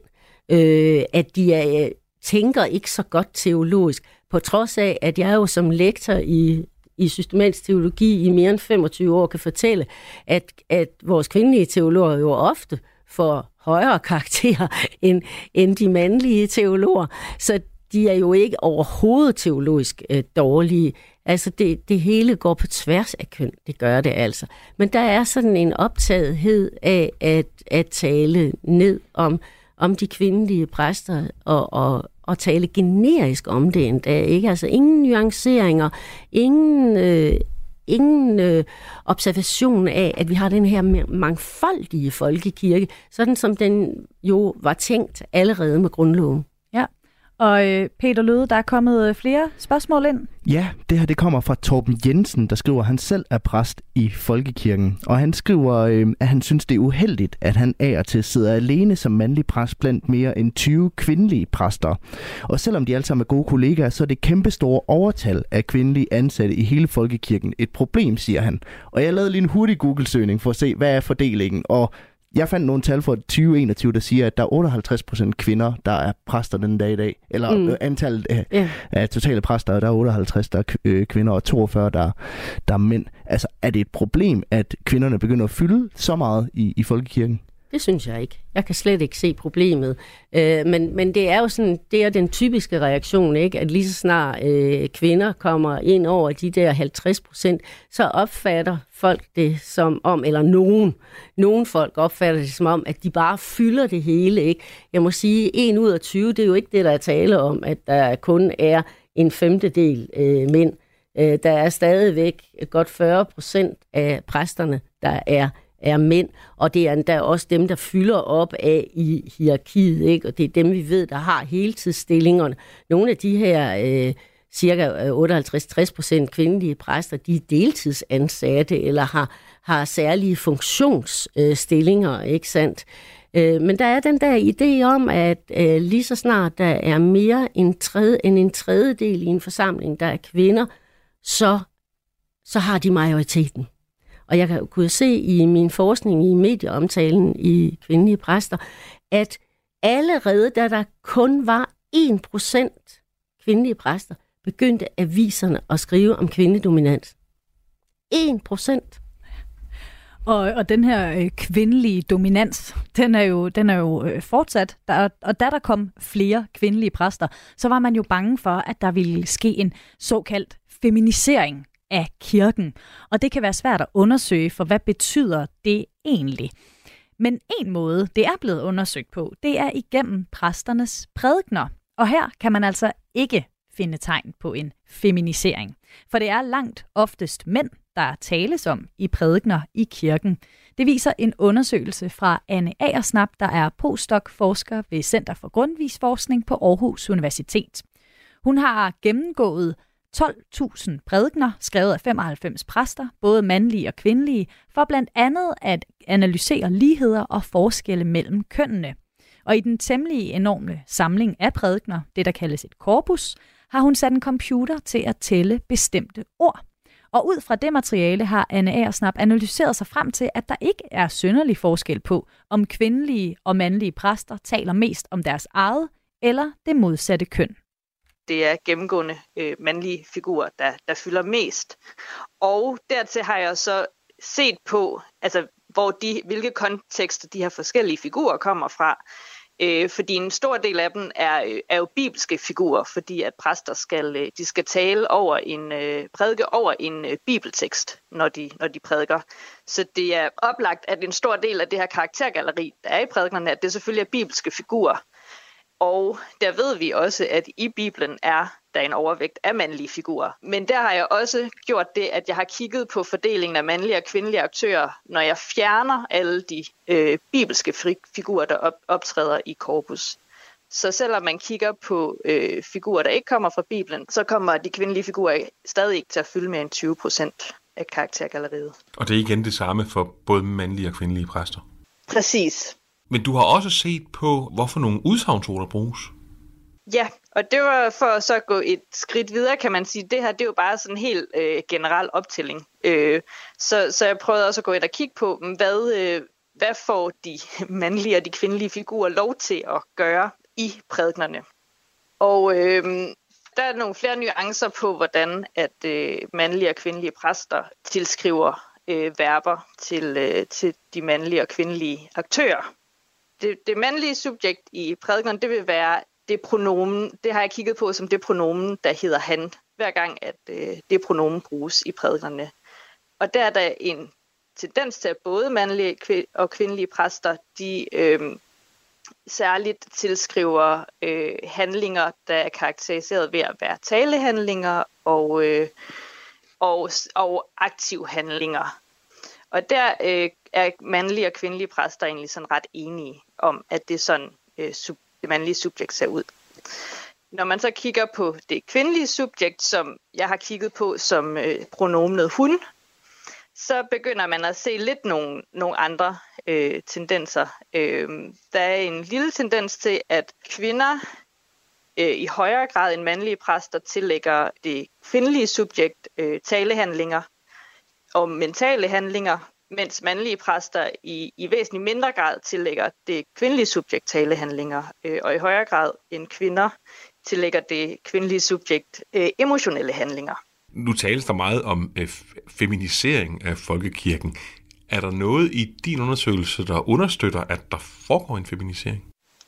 øh, at de er, tænker ikke så godt teologisk, på trods af, at jeg jo som lektor i, i systematisk teologi i mere end femogtyve år kan fortælle, at, at vores kvindelige teologer jo ofte får højere karakterer end, end de mandlige teologer, så de er jo ikke overhovedet teologisk øh, dårlige. Altså det, det hele går på tværs af køn, det gør det altså. Men der er sådan en optagethed af at, at tale ned om, om de kvindelige præster og, og, og tale generisk om det endda, ikke? Altså ingen nuanceringer, ingen, øh, ingen øh, observation af, at vi har den her mangfoldige folkekirke, sådan som den jo var tænkt allerede med grundloven. Ja. Og øh, Peter Løde, der er kommet flere spørgsmål ind. Ja, det her det kommer fra Torben Jensen, der skriver, at han selv er præst i folkekirken. Og han skriver, øh, at han synes, det er uheldigt, at han af og til sidder alene som mandlig præst blandt mere end tyve kvindelige præster. Og selvom de alle sammen er gode kollegaer, så er det kæmpestore overtal af kvindelige ansatte i hele folkekirken et problem, siger han. Og jeg lavede lige en hurtig Google-søgning for at se, hvad er fordelingen. Og jeg fandt nogle tal fra tyve enogtyve, der siger, at der er otteoghalvtreds procent kvinder, der er præster den dag i dag. Eller mm. antallet af, yeah. af totale præster, der er otteoghalvtreds, der er øh, kvinder, og toogfyrre, der, der er mænd. Altså, er det et problem, at kvinderne begynder at fylde så meget i, i folkekirken? Det synes jeg ikke. Jeg kan slet ikke se problemet. Øh, men, men det er jo sådan, det er den typiske reaktion, ikke? At lige så snart øh, kvinder kommer ind over de der halvtreds procent, så opfatter folk det som om, eller nogen, nogen folk opfatter det som om, at de bare fylder det hele, ikke? Jeg må sige, en ud af tyve, det er jo ikke det, der er tale om, at der kun er en femtedel øh, mænd. Øh, der er stadigvæk godt fyrre procent af præsterne, der er er mænd, og det er endda også dem, der fylder op af i hierarkiet, ikke? Og det er dem, vi ved, der har heltidsstillingerne. Nogle af de her øh, cirka otteoghalvtreds til tres procent kvindelige præster, de er deltidsansatte eller har, har særlige funktionsstillinger, ikke sandt? Øh, men der er den der idé om, at øh, lige så snart der er mere end, tredje, end en tredjedel i en forsamling, der er kvinder, så, så har de majoriteten. Og jeg kunne se i min forskning i medieomtalen i kvindelige præster, at allerede da der kun var en procent kvindelige præster, begyndte aviserne at skrive om kvindedominans. en procent. Og, og den her øh, kvindelige dominans, den er jo, den er jo øh, fortsat. Der, og da der kom flere kvindelige præster, så var man jo bange for, at der ville ske en såkaldt feminisering af kirken. Og det kan være svært at undersøge, for hvad betyder det egentlig? Men en måde, det er blevet undersøgt på, det er igennem præsternes prædikener. Og her kan man altså ikke finde tegn på en feminisering. For det er langt oftest mænd, der tales om i prædikener i kirken. Det viser en undersøgelse fra Anne Agersnap, der er postdoc-forsker ved Center for Grundtvigsforskning på Aarhus Universitet. Hun har gennemgået tolv tusind prædikener, skrevet af femoghalvfems præster, både mandlige og kvindelige, for blandt andet at analysere ligheder og forskelle mellem kønnene. Og i den temmelig enorme samling af prædikener, det der kaldes et korpus, har hun sat en computer til at tælle bestemte ord. Og ud fra det materiale har Anne Agersnap analyseret sig frem til, at der ikke er synderlig forskel på, om kvindelige og mandlige præster taler mest om deres eget eller det modsatte køn. Det er gennemgående øh, mandlige figurer, der, der fylder mest. Og dertil har jeg så set på, altså, hvor de, hvilke kontekster de her forskellige figurer kommer fra. Øh, fordi en stor del af dem er, øh, er jo bibelske figurer, fordi at præster skal, øh, de skal tale over en, øh, prædike over en øh, bibeltekst, når de, når de prædiker. Så det er oplagt, at en stor del af det her karaktergalleri, der er i prædikerne, at det selvfølgelig er bibelske figurer. Og der ved vi også, at i Bibelen er der en overvægt af mandlige figurer. Men der har jeg også gjort det, at jeg har kigget på fordelingen af mandlige og kvindelige aktører, når jeg fjerner alle de øh, bibelske figurer, der op- optræder i korpus. Så selvom man kigger på øh, figurer, der ikke kommer fra Bibelen, så kommer de kvindelige figurer stadig ikke til at fylde mere end tyve procent af karaktergalleriet. Og det er igen det samme for både mandlige og kvindelige præster? Præcis. Men du har også set på, hvorfor nogle udsagnsord der bruges? Ja, og det var for så at gå et skridt videre, kan man sige. Det her, det er jo bare sådan en helt øh, generel optælling. Øh, så, så jeg prøvede også at gå ind og kigge på, hvad, øh, hvad får de mandlige og de kvindelige figurer lov til at gøre i prædiknerne. Og øh, der er nogle flere nuancer på, hvordan at øh, mandlige og kvindelige præster tilskriver øh, verber til, øh, til de mandlige og kvindelige aktører. Det, det mandlige subjekt i prædikerne, det vil være det pronomen, det har jeg kigget på som det pronomen, der hedder han, hver gang at øh, det pronomen bruges i prædikerne. Og der er der en tendens til, at både mandlige og kvindelige præster, de øh, særligt tilskriver øh, handlinger, der er karakteriseret ved at være talehandlinger og, øh, og, og aktive handlinger. Og der øh, er mandlige og kvindelige præster egentlig sådan ret enige om, at det er sådan, øh, sub, det mandlige subjekt ser ud. Når man så kigger på det kvindelige subjekt, som jeg har kigget på som øh, pronomenet hun, så begynder man at se lidt nogle, nogle andre øh, tendenser. Øh, der er en lille tendens til, at kvinder øh, i højere grad end mandlige præster tillægger det kvindelige subjekt øh, talehandlinger og mentale handlinger, mens mandlige præster i, i væsentlig mindre grad tillægger det kvindelige subjekt talehandlinger, øh, og i højere grad end kvinder tillægger det kvindelige subjekt øh, emotionelle handlinger. Nu tales der meget om øh, feminisering af folkekirken. Er der noget i din undersøgelse, der understøtter, at der foregår en feminisering?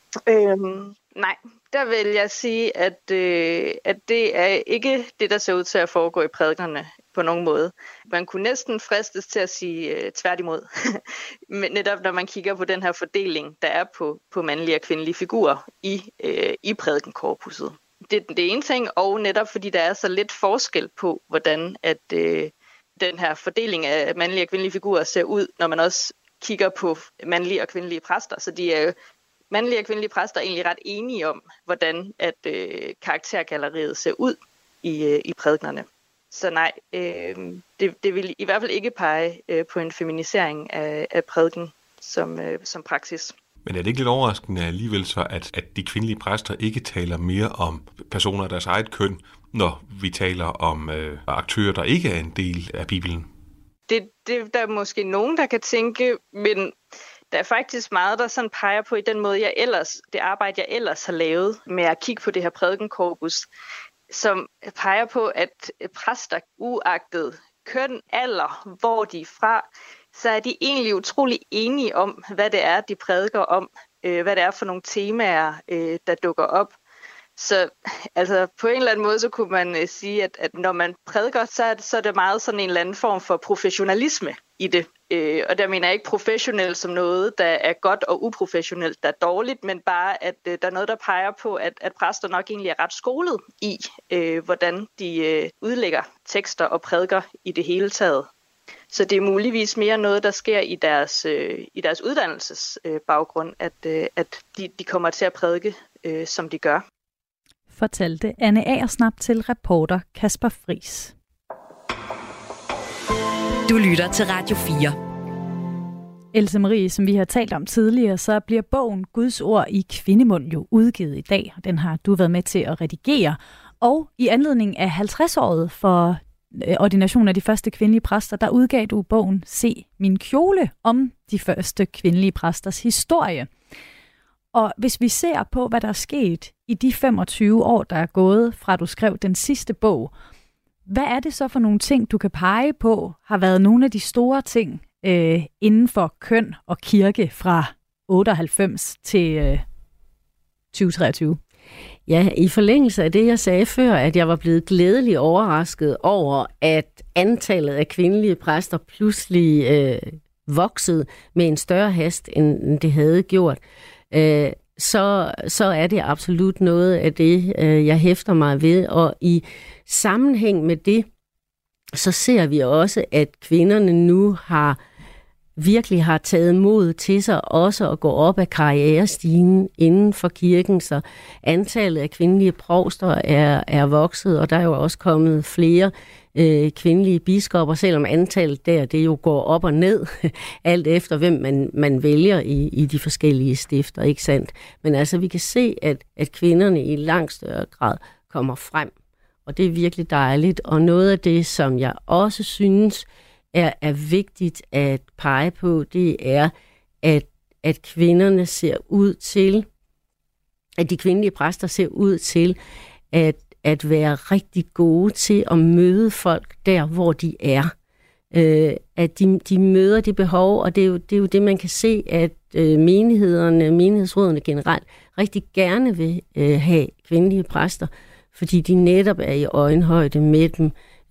Øhm, nej, der vil jeg sige, at, øh, at det er ikke det, der ser ud til at foregå i prædikerne på nogen måde. Man kunne næsten fristes til at sige øh, tværtimod. Men netop når man kigger på den her fordeling, der er på, på mandlige og kvindelige figurer i, øh, i prædikenkorpusset. Det er det ene ting, og netop fordi der er så lidt forskel på, hvordan at øh, den her fordeling af mandlige og kvindelige figurer ser ud, når man også kigger på mandlige og kvindelige præster. Så de er mandlige og kvindelige præster er egentlig ret enige om, hvordan at øh, karaktergalleriet ser ud i, øh, i prædikenerne. Så nej, øh, det, det vil i hvert fald ikke pege øh, på en feminisering af, af prædiken som, øh, som praksis. Men er det ikke lidt overraskende alligevel så, at, at de kvindelige præster ikke taler mere om personer af deres eget køn, når vi taler om øh, aktører, der ikke er en del af Bibelen? Det, det der er måske nogen, der kan tænke, men der er faktisk meget, der sådan peger på i den måde, jeg ellers, det arbejde, jeg ellers har lavet med at kigge på det her prædikenkorpus, som peger på, at præster uagtet køn, alder, hvor de er fra, så er de egentlig utrolig enige om, hvad det er, de prædiker om, øh, hvad det er for nogle temaer, øh, der dukker op. Så altså, på en eller anden måde, så kunne man øh, sige, at, at når man prædiker, så er, det, så er det meget sådan en eller anden form for professionalisme i det. Øh, og der mener jeg ikke professionelt som noget, der er godt og uprofessionelt, der er dårligt, men bare, at øh, der er noget, der peger på, at, at præster nok egentlig er ret skolet i, øh, hvordan de øh, udlægger tekster og prædiker i det hele taget. Så det er muligvis mere noget, der sker i deres, øh, i deres uddannelsesbaggrund, øh, at, øh, at de, de kommer til at prædike, øh, som de gør. Fortalte Anne Agersnap til reporter Kasper Friis. Du lytter til Radio fire. Else Marie, som vi har talt om tidligere, så bliver bogen Guds ord i kvindemund jo udgivet i dag. Den har du været med til at redigere. Og i anledning af halvtreds-året for ordination af de første kvindelige præster, der udgav du bogen Se min kjole om de første kvindelige præsters historie. Og hvis vi ser på, hvad der er sket i de femogtyve år, der er gået fra du skrev den sidste bog, hvad er det så for nogle ting, du kan pege på, har været nogle af de store ting øh, inden for køn og kirke fra otteoghalvfems til, øh, tyve treogtyve? Ja, i forlængelse af det, jeg sagde før, at jeg var blevet glædeligt overrasket over, at antallet af kvindelige præster pludselig øh, voksede med en større hast, end det havde gjort, øh, så, så er det absolut noget af det, øh, jeg hæfter mig ved. Og i sammenhæng med det, så ser vi også, at kvinderne nu har virkelig har taget mod til sig også at gå op ad karrierestigen inden for kirken, så antallet af kvindelige provster er, er vokset, og der er jo også kommet flere øh, kvindelige biskopper, selvom antallet der, det jo går op og ned, alt efter hvem man, man vælger i, i de forskellige stifter, ikke sandt? Men altså, vi kan se, at, at kvinderne i langt større grad kommer frem, og det er virkelig dejligt, og noget af det, som jeg også synes, Er, er vigtigt at pege på, det er, at, at kvinderne ser ud til, at de kvindelige præster ser ud til at, at være rigtig gode til at møde folk der, hvor de er. Øh, at de, de møder det behov, og det er, jo, det er jo det, man kan se, at øh, menighederne, menighedsrådene generelt rigtig gerne vil øh, have kvindelige præster, fordi de netop er i øjenhøjde med dem.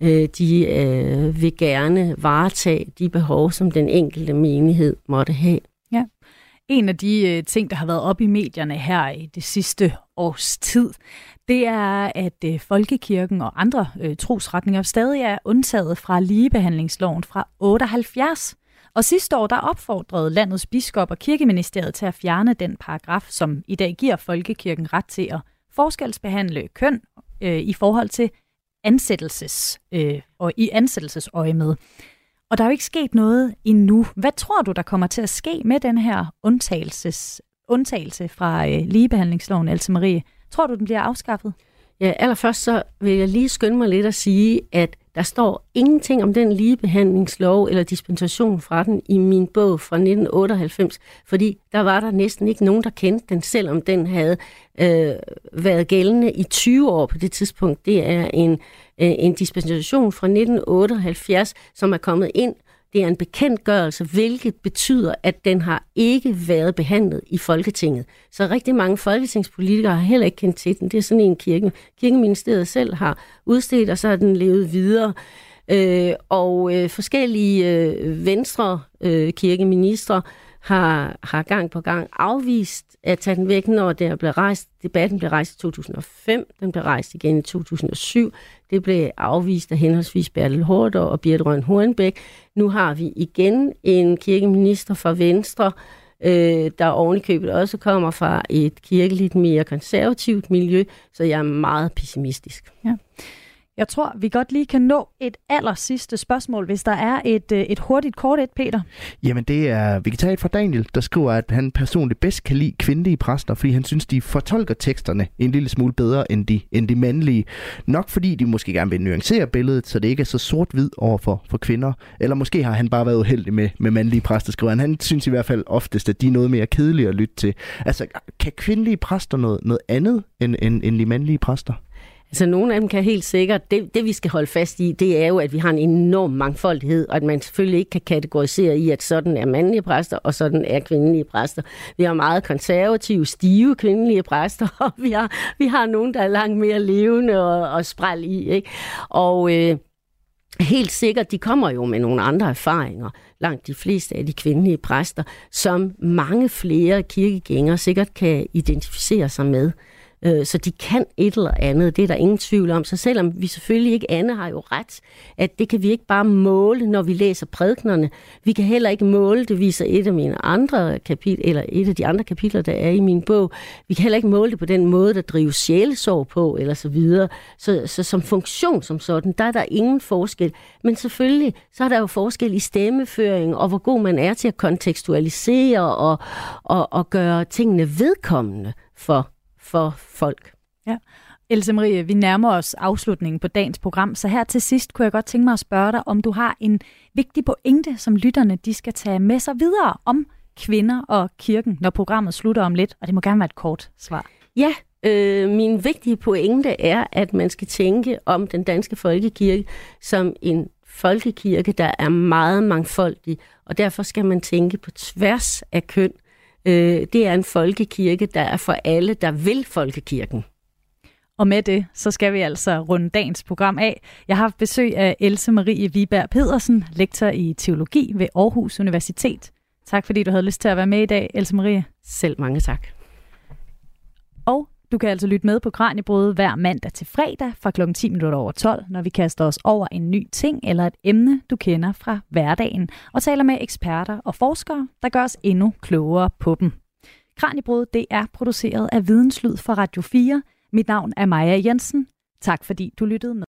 De øh, vil gerne varetage de behov, som den enkelte menighed måtte have. Ja. En af de øh, ting, der har været op i medierne her i det sidste års tid, det er, at øh, folkekirken og andre øh, trosretninger stadig er undtaget fra ligebehandlingsloven fra otteoghalvfjerds. Og sidste år, der opfordrede landets biskop og kirkeministeriet til at fjerne den paragraf, som i dag giver folkekirken ret til at forskelsbehandle køn øh, i forhold til ansættelses øh, og i ansættelsesøje med. Og der er jo ikke sket noget endnu. Hvad tror du, der kommer til at ske med den her undtagelses, undtagelse fra øh, ligebehandlingsloven, Else Marie? Tror du, den bliver afskaffet? Ja, allerførst så vil jeg lige skynde mig lidt at sige, at der står ingenting om den ligebehandlingslov eller dispensation fra den i min bog fra nitten otteoghalvfems, fordi der var der næsten ikke nogen, der kendte den, selvom den havde øh, været gældende i tyve år på det tidspunkt. Det er en, øh, en dispensation fra nitten otteoghalvfjerds, som er kommet ind. Det er en bekendtgørelse, hvilket betyder, at den har ikke været behandlet i Folketinget. Så rigtig mange folketingspolitikere har heller ikke kendt til den. Det er sådan en kirke. Kirkeministeriet selv har udstedt, og så har den levet videre. Øh, og øh, forskellige øh, venstre øh, kirkeministre har, har gang på gang afvist at tage den væk, når der blev rejst. Debatten blev rejst i to tusind og fem, den blev rejst igen i to tusind og syv. Det blev afvist af henholdsvis Bertel Haarder og Birthe Rønn Hornbech. Nu har vi igen en kirkeminister fra Venstre, øh, der ovenikøbet også kommer fra et kirkeligt mere konservativt miljø, så jeg er meget pessimistisk. Ja. Jeg tror, vi godt lige kan nå et aller sidste spørgsmål, hvis der er et, et hurtigt kort et, Peter. Jamen det er, vi kan tage et fra Daniel, der skriver, at han personligt bedst kan lide kvindelige præster, fordi han synes, de fortolker teksterne en lille smule bedre end de, end de mandlige. Nok fordi de måske gerne vil nuancere billedet, så det ikke er så sort-hvid over for, for kvinder. Eller måske har han bare været uheldig med, med mandlige præster, skriver han. Han synes i hvert fald oftest, at de er noget mere kedelige at lytte til. Altså, kan kvindelige præster noget, noget andet end, end, end de mandlige præster? Altså, nogle af dem kan helt sikkert, det, det vi skal holde fast i, det er jo, at vi har en enorm mangfoldighed, og at man selvfølgelig ikke kan kategorisere i, at sådan er mandlige præster, og sådan er kvindelige præster. Vi har meget konservative, stive kvindelige præster, og vi har, vi har nogen, der er langt mere levende og, og spræl i, ikke? Og øh, helt sikkert, de kommer jo med nogle andre erfaringer, langt de fleste af de kvindelige præster, som mange flere kirkegængere sikkert kan identificere sig med. Så de kan et eller andet, det er der ingen tvivl om. Så selvom vi selvfølgelig ikke, Anne har jo ret, at det kan vi ikke bare måle, når vi læser prædiknerne. Vi kan heller ikke måle, det viser et af mine andre kapitler, eller et af de andre kapitler, der er i min bog. Vi kan heller ikke måle det på den måde, der drives sjælesorg på, eller så videre. Så, så som funktion som sådan, der er der ingen forskel. Men selvfølgelig, så er der jo forskel i stemmeføring, og hvor god man er til at kontekstualisere og, og, og gøre tingene vedkommende for for folk. Ja. Else Marie, vi nærmer os afslutningen på dagens program, så her til sidst kunne jeg godt tænke mig at spørge dig, om du har en vigtig pointe, som lytterne de skal tage med sig videre om kvinder og kirken, når programmet slutter om lidt, og det må gerne være et kort svar. Ja, øh, min vigtige pointe er, at man skal tænke om den danske folkekirke som en folkekirke, der er meget mangfoldig, og derfor skal man tænke på tværs af køn. Øh, det er en folkekirke, der er for alle, der vil folkekirken. Og med det, så skal vi altså runde dagens program af. Jeg har haft besøg af Else Marie Wiberg Pedersen, lektor i teologi ved Aarhus Universitet. Tak fordi du havde lyst til at være med i dag, Else Marie. Selv mange tak. Og du kan altså lytte med på Kraniebrud hver mandag til fredag fra klokken ti minutter over tolv, når vi kaster os over en ny ting eller et emne, du kender fra hverdagen, og taler med eksperter og forskere, der gør os endnu klogere på dem. Kraniebrud, det er produceret af Videnslyd for Radio fire. Mit navn er Maja Jensen. Tak fordi du lyttede med.